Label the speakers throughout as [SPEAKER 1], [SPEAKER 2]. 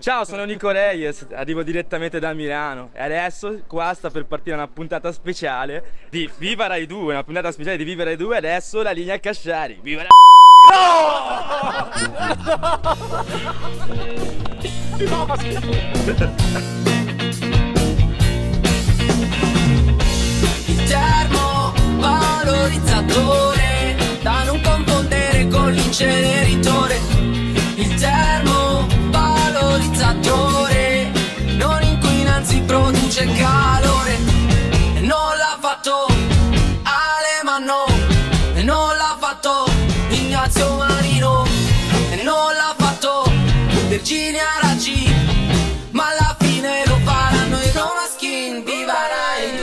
[SPEAKER 1] Ciao, sono Nico Reyes, arrivo direttamente da Milano e adesso qua sta per partire una puntata speciale di Viva Rai 2, una puntata speciale di Viva Rai 2 e adesso la linea Casciari. Viva la... No!
[SPEAKER 2] Il termovalorizzatore da non confondere con l'inceneritore. Il termovalorizzatore non inquina, anzi produce calore. E non l'ha fatto Alemanno, e non l'ha fatto Ignazio Marino, e non l'ha fatto Virginia Raggi, ma alla fine lo faranno i Roma Skin. Viva Rai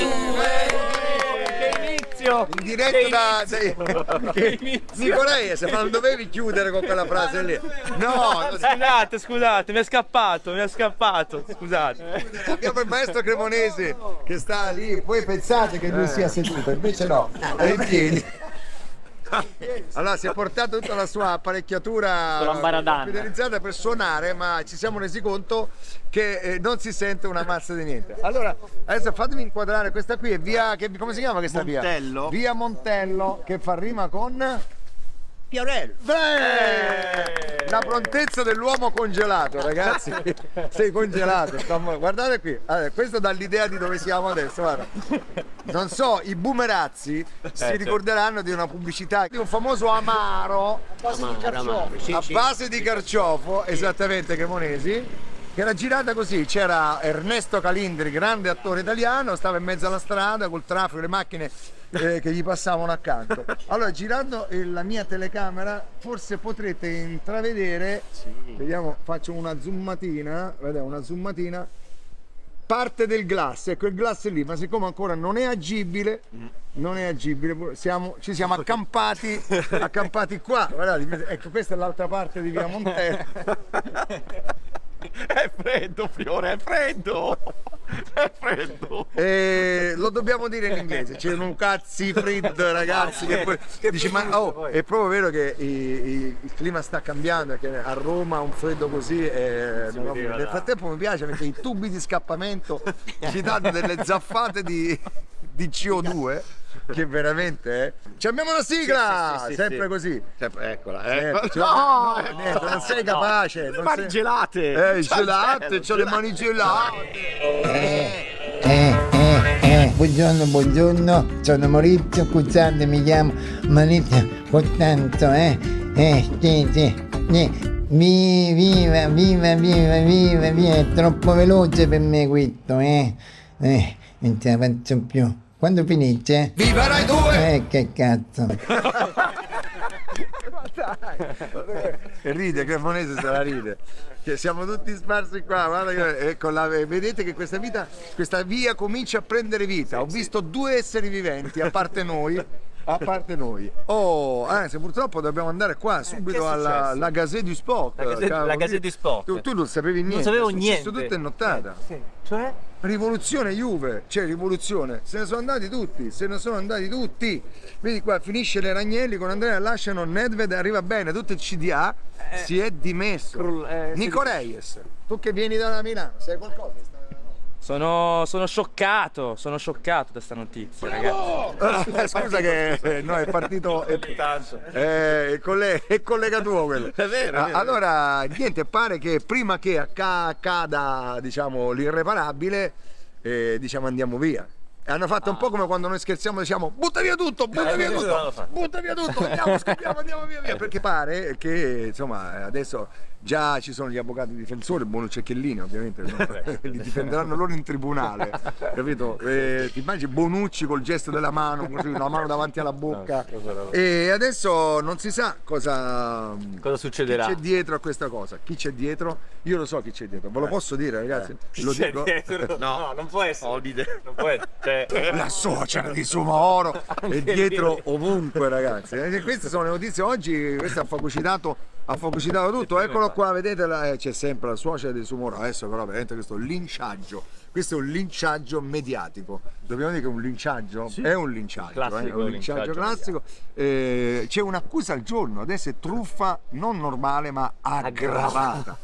[SPEAKER 2] 2.
[SPEAKER 3] In diretta Nico Reyes, ma non dovevi chiudere con quella frase lì. No,
[SPEAKER 1] Scusate, mi è scappato, scusate.
[SPEAKER 3] abbiamo il maestro Cremonesi che sta lì, voi pensate che lui sia seduto, invece no, è in piedi. Allora si è portato tutta la sua apparecchiatura fidelizzata per suonare, ma ci siamo resi conto che non si sente una mazza di niente. Allora adesso fatemi inquadrare, questa qui è via, come si chiama questa
[SPEAKER 4] Montello.
[SPEAKER 3] Via Montello, che fa rima con
[SPEAKER 4] Fiorello.
[SPEAKER 3] la prontezza dell'uomo congelato, ragazzi. Sei congelato, guardate qui. Allora, questo dà l'idea di dove siamo adesso, guarda. Non so, i boomerazzi si ricorderanno di una pubblicità di un famoso amaro a base di carciofo, esattamente, Cremonesi, che era girata così. C'era Ernesto Calindri, grande attore italiano, stava in mezzo alla strada col traffico, le macchine che gli passavano accanto. Allora, girando la mia telecamera, forse potrete intravedere, vediamo, faccio una zoomatina, vedete, una zoomatina, parte del glass, ecco il glass lì, ma siccome ancora non è agibile, ci siamo accampati qua, guardate, ecco, questa è l'altra parte di via Montello.
[SPEAKER 4] È freddo, Fiore, è freddo.
[SPEAKER 3] Lo dobbiamo dire in inglese, c'è un cazzi fred, ragazzi, che poi dici, ma è proprio vero che il clima sta cambiando, perché a Roma un freddo così nel frattempo mi piace perché i tubi di scappamento ci danno delle zaffate di CO2 che veramente abbiamo una sigla, sempre così,
[SPEAKER 4] Eccola,
[SPEAKER 3] non sei capace,
[SPEAKER 4] le mani gelate,
[SPEAKER 3] gelate, c'ho le mani gelate.
[SPEAKER 5] Buongiorno, sono Maurizio, scusate, mi chiamo Maurizio, con tanto, viva, è troppo veloce per me questo, non ce la faccio più. Quando finisce?
[SPEAKER 3] Viva Rai 2!
[SPEAKER 5] Che cazzo!
[SPEAKER 3] E ride, Cremonese se la ride. Che siamo tutti sparsi qua, guarda vedete che questa via comincia a prendere vita. Ho visto due esseri viventi, a parte noi. Se purtroppo dobbiamo andare qua subito alla Gazette du Sport.
[SPEAKER 1] La Gazette du Sport.
[SPEAKER 3] Tu non sapevi niente.
[SPEAKER 1] Non sapevo niente.
[SPEAKER 3] Tutto è nottata.
[SPEAKER 1] Cioè?
[SPEAKER 3] Rivoluzione Juve, c'è rivoluzione, se ne sono andati tutti. Vedi qua, finisce le Ragnelli con Andrea, lasciano Nedved, arriva bene, tutto il CDA si è dimesso. Nico Reyes, tu che vieni da Milano, sai qualcosa?
[SPEAKER 1] Sono scioccato da sta notizia, ragazzi.
[SPEAKER 3] Scusa che no, è partito è collega tuo quello.
[SPEAKER 4] È vero.
[SPEAKER 3] Allora, niente, pare che prima che accada, diciamo, l'irreparabile, diciamo, andiamo via. Hanno fatto un po' come quando noi scherziamo, diciamo butta via tutto, andiamo via, perché pare che, insomma, adesso già ci sono gli avvocati difensori, Bonucci e Chiellini, ovviamente, no? Li difenderanno loro in tribunale, capito? Ti immagini Bonucci col gesto della mano, così, una mano davanti alla bocca, e adesso non si sa cosa
[SPEAKER 1] succederà,
[SPEAKER 3] chi c'è dietro a questa cosa, chi c'è dietro, io lo so chi c'è dietro, ve lo posso dire, ragazzi? Lo dico?
[SPEAKER 1] No, non può essere. Non può essere.
[SPEAKER 3] La suocera di Sumoro è dietro ovunque, ragazzi. Queste sono le notizie oggi, questo ha fagocitato tutto. Eccolo qua, vedete, c'è sempre la suocera di Sumoro. Adesso però veramente questo è un linciaggio mediatico. Dobbiamo dire che è un linciaggio? Sì. È un linciaggio,
[SPEAKER 1] classico,
[SPEAKER 3] è un linciaggio classico. C'è un'accusa al giorno, adesso è truffa non normale ma aggravata.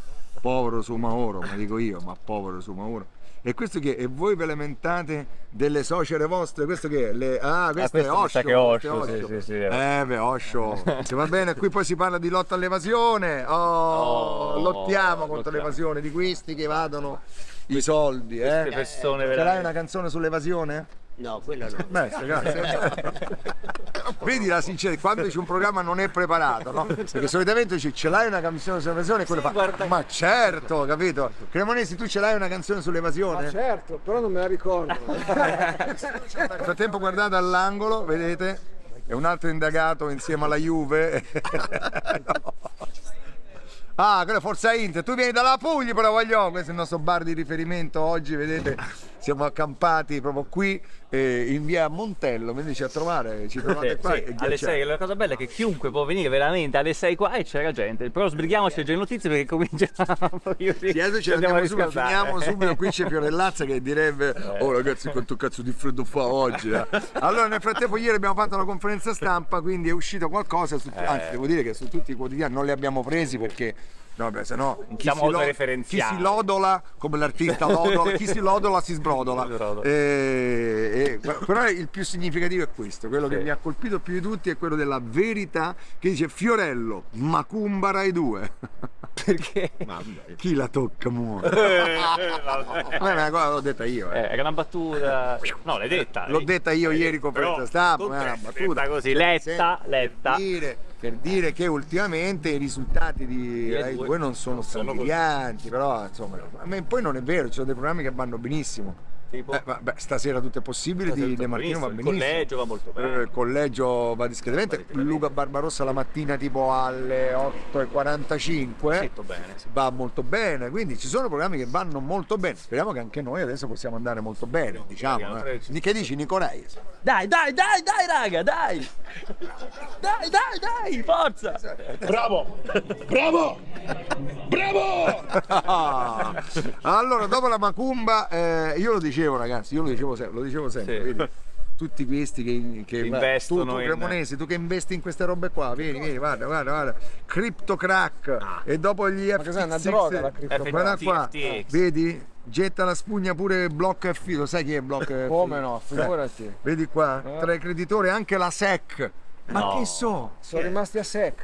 [SPEAKER 3] povero Sumaoro, ma dico io, ma povero Sumaoro. E questo che è? E voi ve le mentate delle suocere vostre? Questo che è? Questo è
[SPEAKER 6] mi sa
[SPEAKER 3] Osho.
[SPEAKER 6] che è Osho,
[SPEAKER 3] questo è
[SPEAKER 6] sì.
[SPEAKER 3] beh, Osho. Se va bene, qui poi si parla di lotta all'evasione. Lottiamo contro l'evasione di questi che evadono i soldi.
[SPEAKER 6] Queste persone
[SPEAKER 3] Ce l'hai
[SPEAKER 6] veramente.
[SPEAKER 3] una canzone sull'evasione?
[SPEAKER 4] No, quello no.
[SPEAKER 3] Beh, grazie. Vedi la sincerità, quando c'è un programma non è preparato, no? Perché solitamente dici ce l'hai una canzone sull'evasione e quello fa. Ma certo, capito? Cremonesi, tu ce l'hai una canzone sull'evasione?
[SPEAKER 7] Certo, però non me la ricordo.
[SPEAKER 3] Nel frattempo guardate all'angolo, vedete? È un altro indagato insieme alla Juve. No. Ah, quello è Forza Inter, tu vieni dalla Puglia però voglio, questo è il nostro bar di riferimento oggi, vedete, siamo accampati proprio qui in via Montello, veniteci a trovare, ci trovate qua.
[SPEAKER 6] Sì, alle 6, la cosa bella è che chiunque può venire veramente alle 6 qua e c'era gente, però sbrighiamoci le notizie perché comincia
[SPEAKER 3] Sì, adesso ci andiamo subito, finiamo subito, qui c'è Fiorellazza che direbbe oh ragazzi quanto cazzo di freddo fa oggi. Allora nel frattempo ieri abbiamo fatto la conferenza stampa, quindi è uscito qualcosa, anzi devo dire che su tutti i quotidiani non li abbiamo presi perché no, beh, se no chi si lodola come l'artista lodola, chi si lodola si sbrodola. Però il più significativo è questo, quello che mi ha colpito più di tutti è quello della verità che dice Fiorello, Macumba Rai 2.
[SPEAKER 6] Perché?
[SPEAKER 3] Chi la tocca muore. L'ho detta io.
[SPEAKER 6] Era una battuta. No, l'hai detta.
[SPEAKER 3] L'ho detta io ieri con conferenza stampa, è una battuta
[SPEAKER 6] così, letta.
[SPEAKER 3] Per dire che ultimamente i risultati di Rai 2 non sono strabilianti, però insomma, poi non è vero, ci sono dei programmi che vanno benissimo. Stasera tutto è possibile di De Martino va benissimo.
[SPEAKER 6] Il collegio va molto bene.
[SPEAKER 3] Il collegio va discretamente. Luca Barbarossa la mattina tipo alle 8:45 va molto bene, quindi ci sono programmi che vanno molto bene. Speriamo che anche noi adesso possiamo andare molto bene, diciamo. Che dici Nico Reis?
[SPEAKER 1] Dai, raga, dai, forza!
[SPEAKER 8] Bravo!
[SPEAKER 3] Allora, dopo la Macumba, io lo dicevo ragazzi, lo dicevo sempre, vedi? Tutti questi che
[SPEAKER 6] investono
[SPEAKER 3] tu Cremonesi, tu che investi in queste robe qua, vieni, guarda, Crypto Crack e dopo gli
[SPEAKER 7] Ma cos'è una droga la cripto?
[SPEAKER 3] Guarda qua,
[SPEAKER 6] FTX.
[SPEAKER 3] vedi? Getta la spugna pure Block FI, lo sai chi è Block FI?
[SPEAKER 7] Come no, figurati.
[SPEAKER 3] Vedi qua, tra i creditori anche la SEC. Ma
[SPEAKER 6] No.
[SPEAKER 3] che so?
[SPEAKER 7] Sono rimasti a sec.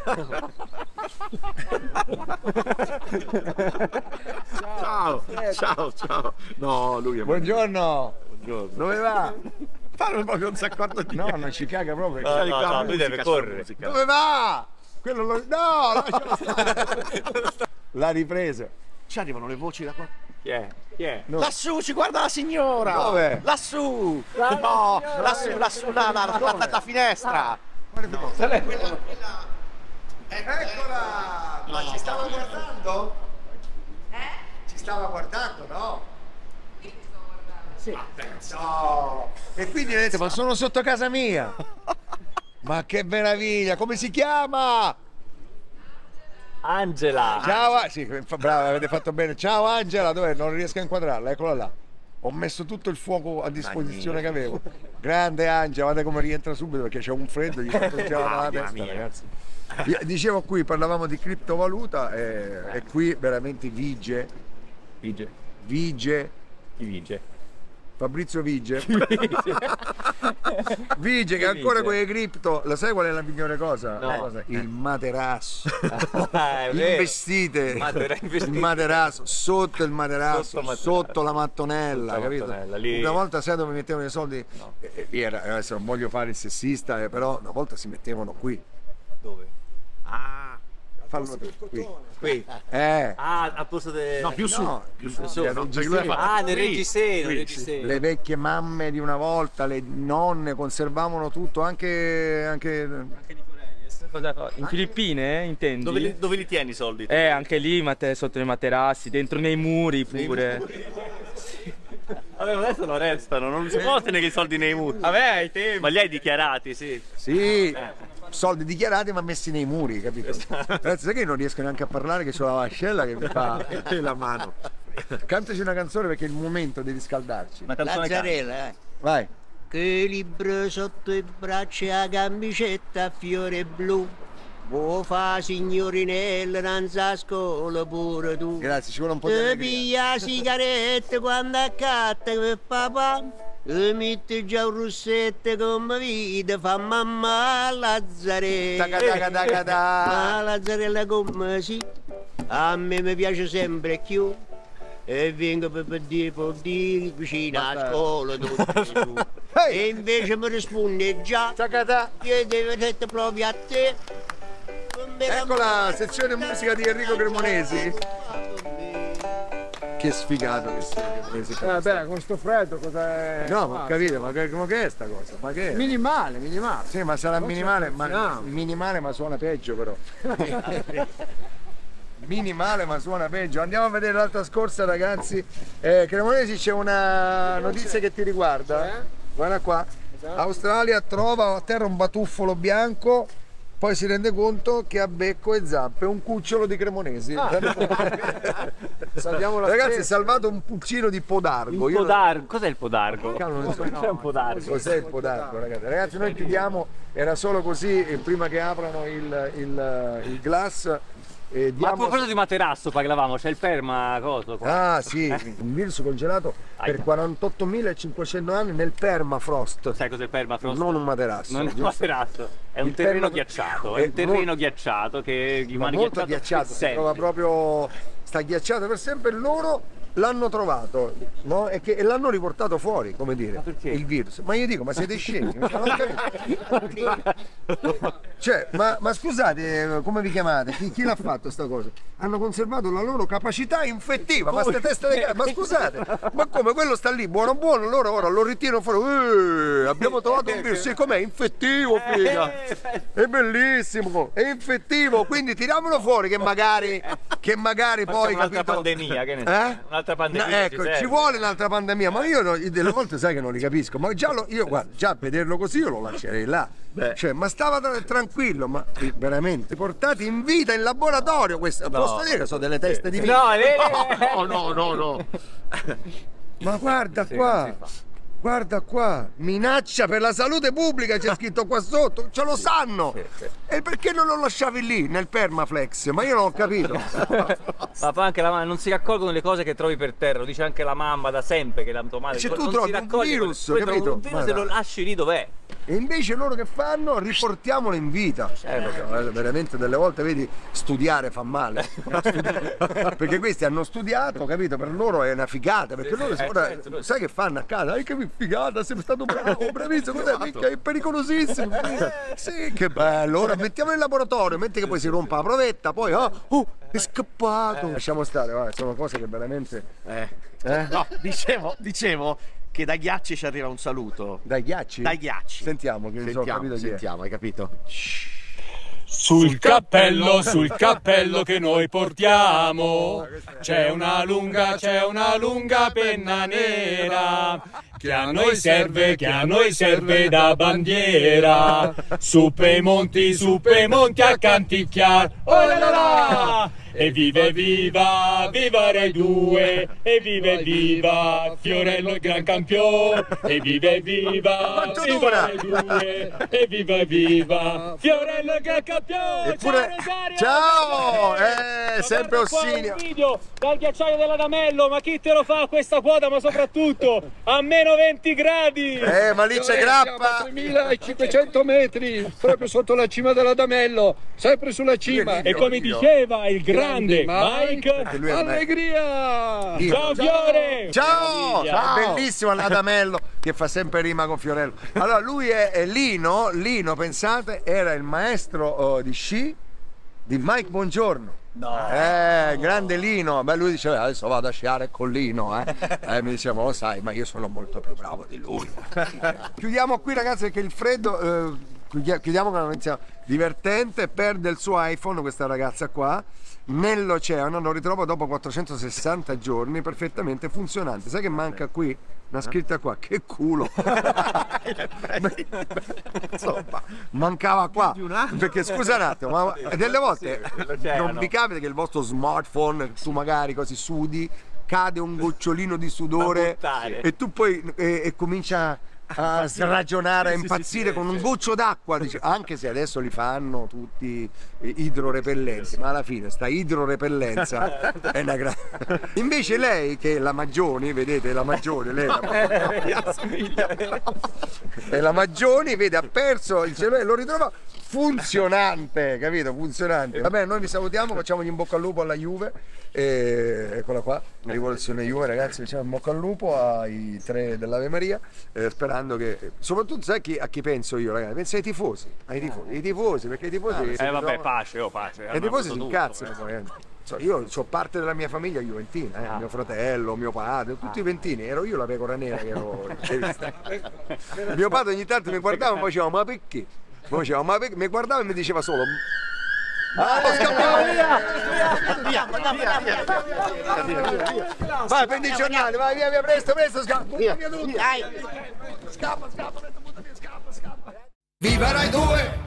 [SPEAKER 4] Ciao. No, lui è
[SPEAKER 3] Buongiorno. Dove va?
[SPEAKER 4] proprio non si accorge di
[SPEAKER 3] No, non ci caga proprio.
[SPEAKER 6] No, lui deve correre.
[SPEAKER 3] Dove va? Quello no, lascialo stare. L'ha ripresa.
[SPEAKER 4] Ci arrivano le voci da qua.
[SPEAKER 6] Chi è?
[SPEAKER 4] Lassù, ci guarda la signora!
[SPEAKER 3] Dove?
[SPEAKER 4] Lassù! No, lassù, la finestra!
[SPEAKER 3] Eccola! Ma ci stava guardando? Ci stava guardando, no? Sì. No. E quindi vedete, ma sono sotto casa mia! Ma che meraviglia! Come si chiama?
[SPEAKER 6] Angela.
[SPEAKER 3] Ciao, sì, brava, avete fatto bene. Ciao Angela, dov'è? Non riesco a inquadrarla, eccola là. Ho messo tutto il fuoco a disposizione che avevo. Grande Angela, guarda come rientra subito perché c'è un freddo, gli facciamo dalla testa, ragazzi. Dicevo qui, parlavamo di criptovaluta e qui veramente vige.
[SPEAKER 6] Chi vige?
[SPEAKER 3] Fabrizio Vige. Vige che ancora con le cripto, la sai qual è la migliore cosa?
[SPEAKER 6] No.
[SPEAKER 3] Il materasso.
[SPEAKER 6] È vero.
[SPEAKER 3] Investite il materasso, sotto il materasso, sotto la mattonella,
[SPEAKER 6] Sotto la
[SPEAKER 3] capito?
[SPEAKER 6] mattonella, lì.
[SPEAKER 3] Una volta sai dove mettevano i soldi?
[SPEAKER 6] No.
[SPEAKER 3] Adesso non voglio fare il sessista, però una volta si mettevano qui.
[SPEAKER 6] Dove?
[SPEAKER 3] Fallo qui.
[SPEAKER 6] Qui. Al posto del.
[SPEAKER 4] No, più su.
[SPEAKER 3] Più su.
[SPEAKER 6] Nel reggiseno.
[SPEAKER 3] Le vecchie mamme di una volta, le nonne conservavano tutto, anche
[SPEAKER 1] In Filippine, intendi?
[SPEAKER 6] Dove li tieni i soldi?
[SPEAKER 1] Anche lì sotto i materassi, dentro nei muri pure.
[SPEAKER 6] Vabbè, ma adesso non restano, non si può tenere i soldi nei muri.
[SPEAKER 1] Vabbè, ai tempi.
[SPEAKER 6] Ma li hai dichiarati, sì.
[SPEAKER 3] Sì, soldi dichiarati ma messi nei muri, capito? Ragazzi, sai che non riesco neanche a parlare che c'ho la vascella che mi fa la mano. Cantaci una canzone perché è il momento di riscaldarci.
[SPEAKER 6] Una canzone
[SPEAKER 4] Lazzarella,
[SPEAKER 3] Vai.
[SPEAKER 4] Che libro sotto i braccia, a cambicetta, fiore blu.
[SPEAKER 8] Vuoi fa signorinella, non sa scuola pure tu.
[SPEAKER 3] Grazie, ci vuole un po' di
[SPEAKER 8] Ti
[SPEAKER 3] allegria.
[SPEAKER 8] piglia sigarette quando accatta per papà. E metti già un rossetto come vita, fa mamma Lazzarella.
[SPEAKER 3] Taca, taca, taca, ta.
[SPEAKER 8] Ma Lazzarella come sì, a me mi piace sempre più. E vengo per dire vicino a scuola dove tu. E invece mi risponde già,
[SPEAKER 3] Tacatà.
[SPEAKER 8] io devo detto proprio a te.
[SPEAKER 3] Ecco la sezione musica di Enrico Cremonesi. Che sfigato che sei, Cremonesi.
[SPEAKER 7] Beh, con sto freddo cos'è?
[SPEAKER 3] No, ma ho capito, ma che è sta cosa? Ma che è?
[SPEAKER 7] Minimale.
[SPEAKER 3] Sì, ma sarà
[SPEAKER 7] Non
[SPEAKER 3] minimale,
[SPEAKER 7] ci pensiamo.
[SPEAKER 3] minimale ma suona peggio però. Minimale ma suona peggio. Andiamo a vedere l'altra scorsa, ragazzi. Cremonesi, c'è una notizia che ti riguarda. Guarda qua. Australia trova a terra un batuffolo bianco, poi si rende conto che ha becco e zampe un cucciolo di Cremonesi.
[SPEAKER 7] Salviamo la
[SPEAKER 3] Ragazzi, è
[SPEAKER 7] spesa.
[SPEAKER 3] salvato un pulcino di podargo. Io non-
[SPEAKER 6] Podargo, cos'è il podargo?
[SPEAKER 3] Cavolo, non so
[SPEAKER 6] C'è un podargo.
[SPEAKER 3] cos'è il podargo, ragazzi. Ragazzi, noi chiudiamo, era solo così prima che aprano il glass.
[SPEAKER 6] Ma a
[SPEAKER 3] Diamo...
[SPEAKER 6] proposito di materasso parlavamo, c'è il perma coso qua.
[SPEAKER 3] Ah sì, un virus congelato per 48.500 anni nel permafrost.
[SPEAKER 6] Sai cos'è il permafrost?
[SPEAKER 3] Non un materasso.
[SPEAKER 6] Non è un
[SPEAKER 3] giusto?
[SPEAKER 6] materasso, è un
[SPEAKER 3] Il
[SPEAKER 6] terreno
[SPEAKER 3] perma-
[SPEAKER 6] ghiacciato,
[SPEAKER 3] è
[SPEAKER 6] è un terreno
[SPEAKER 3] molto-
[SPEAKER 6] ghiacciato che
[SPEAKER 3] Ma
[SPEAKER 6] rimane
[SPEAKER 3] molto ghiacciato, si
[SPEAKER 6] sempre.
[SPEAKER 3] trova proprio, sta ghiacciato per sempre. Loro l'hanno trovato, no? E l'hanno riportato fuori, come dire,
[SPEAKER 6] Ma perché?
[SPEAKER 3] il virus. Ma io dico, ma siete scemi? Ma non capito. Cioè, ma scusate, come vi chiamate? Chi l'ha fatto sta cosa? Hanno conservato la loro capacità infettiva, ma ste teste di ma scusate, ma come quello sta lì, buono buono, loro ora lo ritirano fuori, abbiamo trovato un virus, sì, com'è? Infettivo, figa, è bellissimo, è infettivo, quindi tiriamolo fuori che magari poi,
[SPEAKER 6] Un'altra
[SPEAKER 3] capito?
[SPEAKER 6] pandemia, che ne so?
[SPEAKER 3] Eh?
[SPEAKER 6] Un'altra pandemia.
[SPEAKER 3] No, ecco,
[SPEAKER 6] serve.
[SPEAKER 3] ci vuole un'altra pandemia, ma io delle volte sai che non li capisco, ma già io guarda, già a vederlo così io lo lascerei là. Cioè, ma stava tranquillo, ma veramente portati in vita in laboratorio questo, posso dire che sono delle teste di
[SPEAKER 6] No,
[SPEAKER 3] no. Ma guarda qua. Guarda qua, minaccia per la salute pubblica c'è scritto qua sotto, ce lo sanno! E perché non lo lasciavi lì nel permaflex? Ma io non ho capito.
[SPEAKER 6] Ma fa anche la mamma, non si raccolgono le cose che trovi per terra, lo dice anche la mamma da sempre che la tua madre
[SPEAKER 3] Cioè, tu
[SPEAKER 6] non
[SPEAKER 3] trovi
[SPEAKER 6] si
[SPEAKER 3] un
[SPEAKER 6] raccoglie
[SPEAKER 3] virus,
[SPEAKER 6] poi trovi
[SPEAKER 3] capito?
[SPEAKER 6] un virus
[SPEAKER 3] Ma
[SPEAKER 6] e
[SPEAKER 3] dai.
[SPEAKER 6] lo lasci lì dov'è.
[SPEAKER 3] E invece loro che fanno? Riportiamolo in vita. Veramente delle volte vedi studiare fa male. Perché questi hanno studiato, capito? Per loro è una figata, perché loro ora,
[SPEAKER 6] certo.
[SPEAKER 3] sai che fanno a casa? Che figata, sei stato bravo, bravissimo, cos'è? Minchia, è pericolosissimo. Sì, che bello. Ora mettiamo in laboratorio, metti che poi si rompa la provetta, poi è scappato. Lasciamo stare, va, sono cose che veramente.
[SPEAKER 4] No, dicevo che dai ghiacci ci arriva un saluto.
[SPEAKER 3] Dai ghiacci?
[SPEAKER 4] Dai ghiacci.
[SPEAKER 3] Sentiamo, che non so, ho capito chi è.
[SPEAKER 4] Sentiamo, hai capito?
[SPEAKER 9] Sul cappello che noi portiamo c'è una lunga penna nera che a noi serve da bandiera. Su pe monti a canticchiar, oh la la la! E viva Rai 2, e viva Fiorello il gran campione, e viva Rai 2, e viva Fiorello il gran campione.
[SPEAKER 3] Eppure,
[SPEAKER 9] ciao Rosario!
[SPEAKER 3] ciao, sempre Ossinio.
[SPEAKER 9] Un video dal ghiacciaio dell'Adamello, ma chi te lo fa a questa quota, ma soprattutto a meno 20 gradi!
[SPEAKER 3] Ma lì c'è grappa.
[SPEAKER 7] 3500 metri, proprio sotto la cima dell'Adamello, sempre sulla cima.
[SPEAKER 9] E come diceva il grande Mike,
[SPEAKER 3] Lui è
[SPEAKER 7] Allegria!
[SPEAKER 9] ciao Fiore!
[SPEAKER 3] Ciao!
[SPEAKER 6] Ciao.
[SPEAKER 3] Bellissimo l'Adamello che fa sempre rima con Fiorello. Allora lui è Lino, pensate, era il maestro di sci di Mike Bongiorno. Grande Lino. Beh, lui diceva adesso vado a sciare con Lino, mi diceva lo sai, ma io sono molto più bravo di lui. Chiudiamo qui, ragazzi, perché il freddo chiudiamo con una notizia divertente. Perde il suo iPhone questa ragazza qua nell'oceano, lo ritrova dopo 460 giorni perfettamente funzionante. Sai che manca qui? Una scritta qua, che culo. Insomma, mancava qua. Perché scusa un attimo, ma delle volte non vi capita che il vostro smartphone, tu magari così sudi, cade un gocciolino di sudore
[SPEAKER 6] buttare.
[SPEAKER 3] e tu poi e comincia a ragionare, a impazzire con un goccio d'acqua, anche se adesso li fanno tutti idrorepellenti, ma alla fine sta idrorepellenza è una invece lei, che è la Maggioni, vedete la Maggioni, lei è la Maggioni, vede, ha perso il cellulare, lo ritrova funzionante, capito? Funzionante. Vabbè, noi vi salutiamo, facciamo gli in bocca al lupo alla Juve. Eccola qua, rivoluzione Juve, ragazzi, diciamo in bocca al lupo ai 3 dell'Ave Maria, sperando che, soprattutto, sai a chi penso io, ragazzi? Penso ai tifosi, i tifosi, perché i tifosi
[SPEAKER 6] vabbè, pace.
[SPEAKER 3] i tifosi si incazzano poi. Io ho parte della mia famiglia juventina, mio fratello, mio padre, tutti ventini, ero io la pecora nera che ero mio padre ogni tanto mi guardava e mi faceva ma perché? Mi guardava e mi diceva solo via. Vai, prendi il giornale, vai via, presto, scappa, via tutto. Scappa. Viva Rai 2!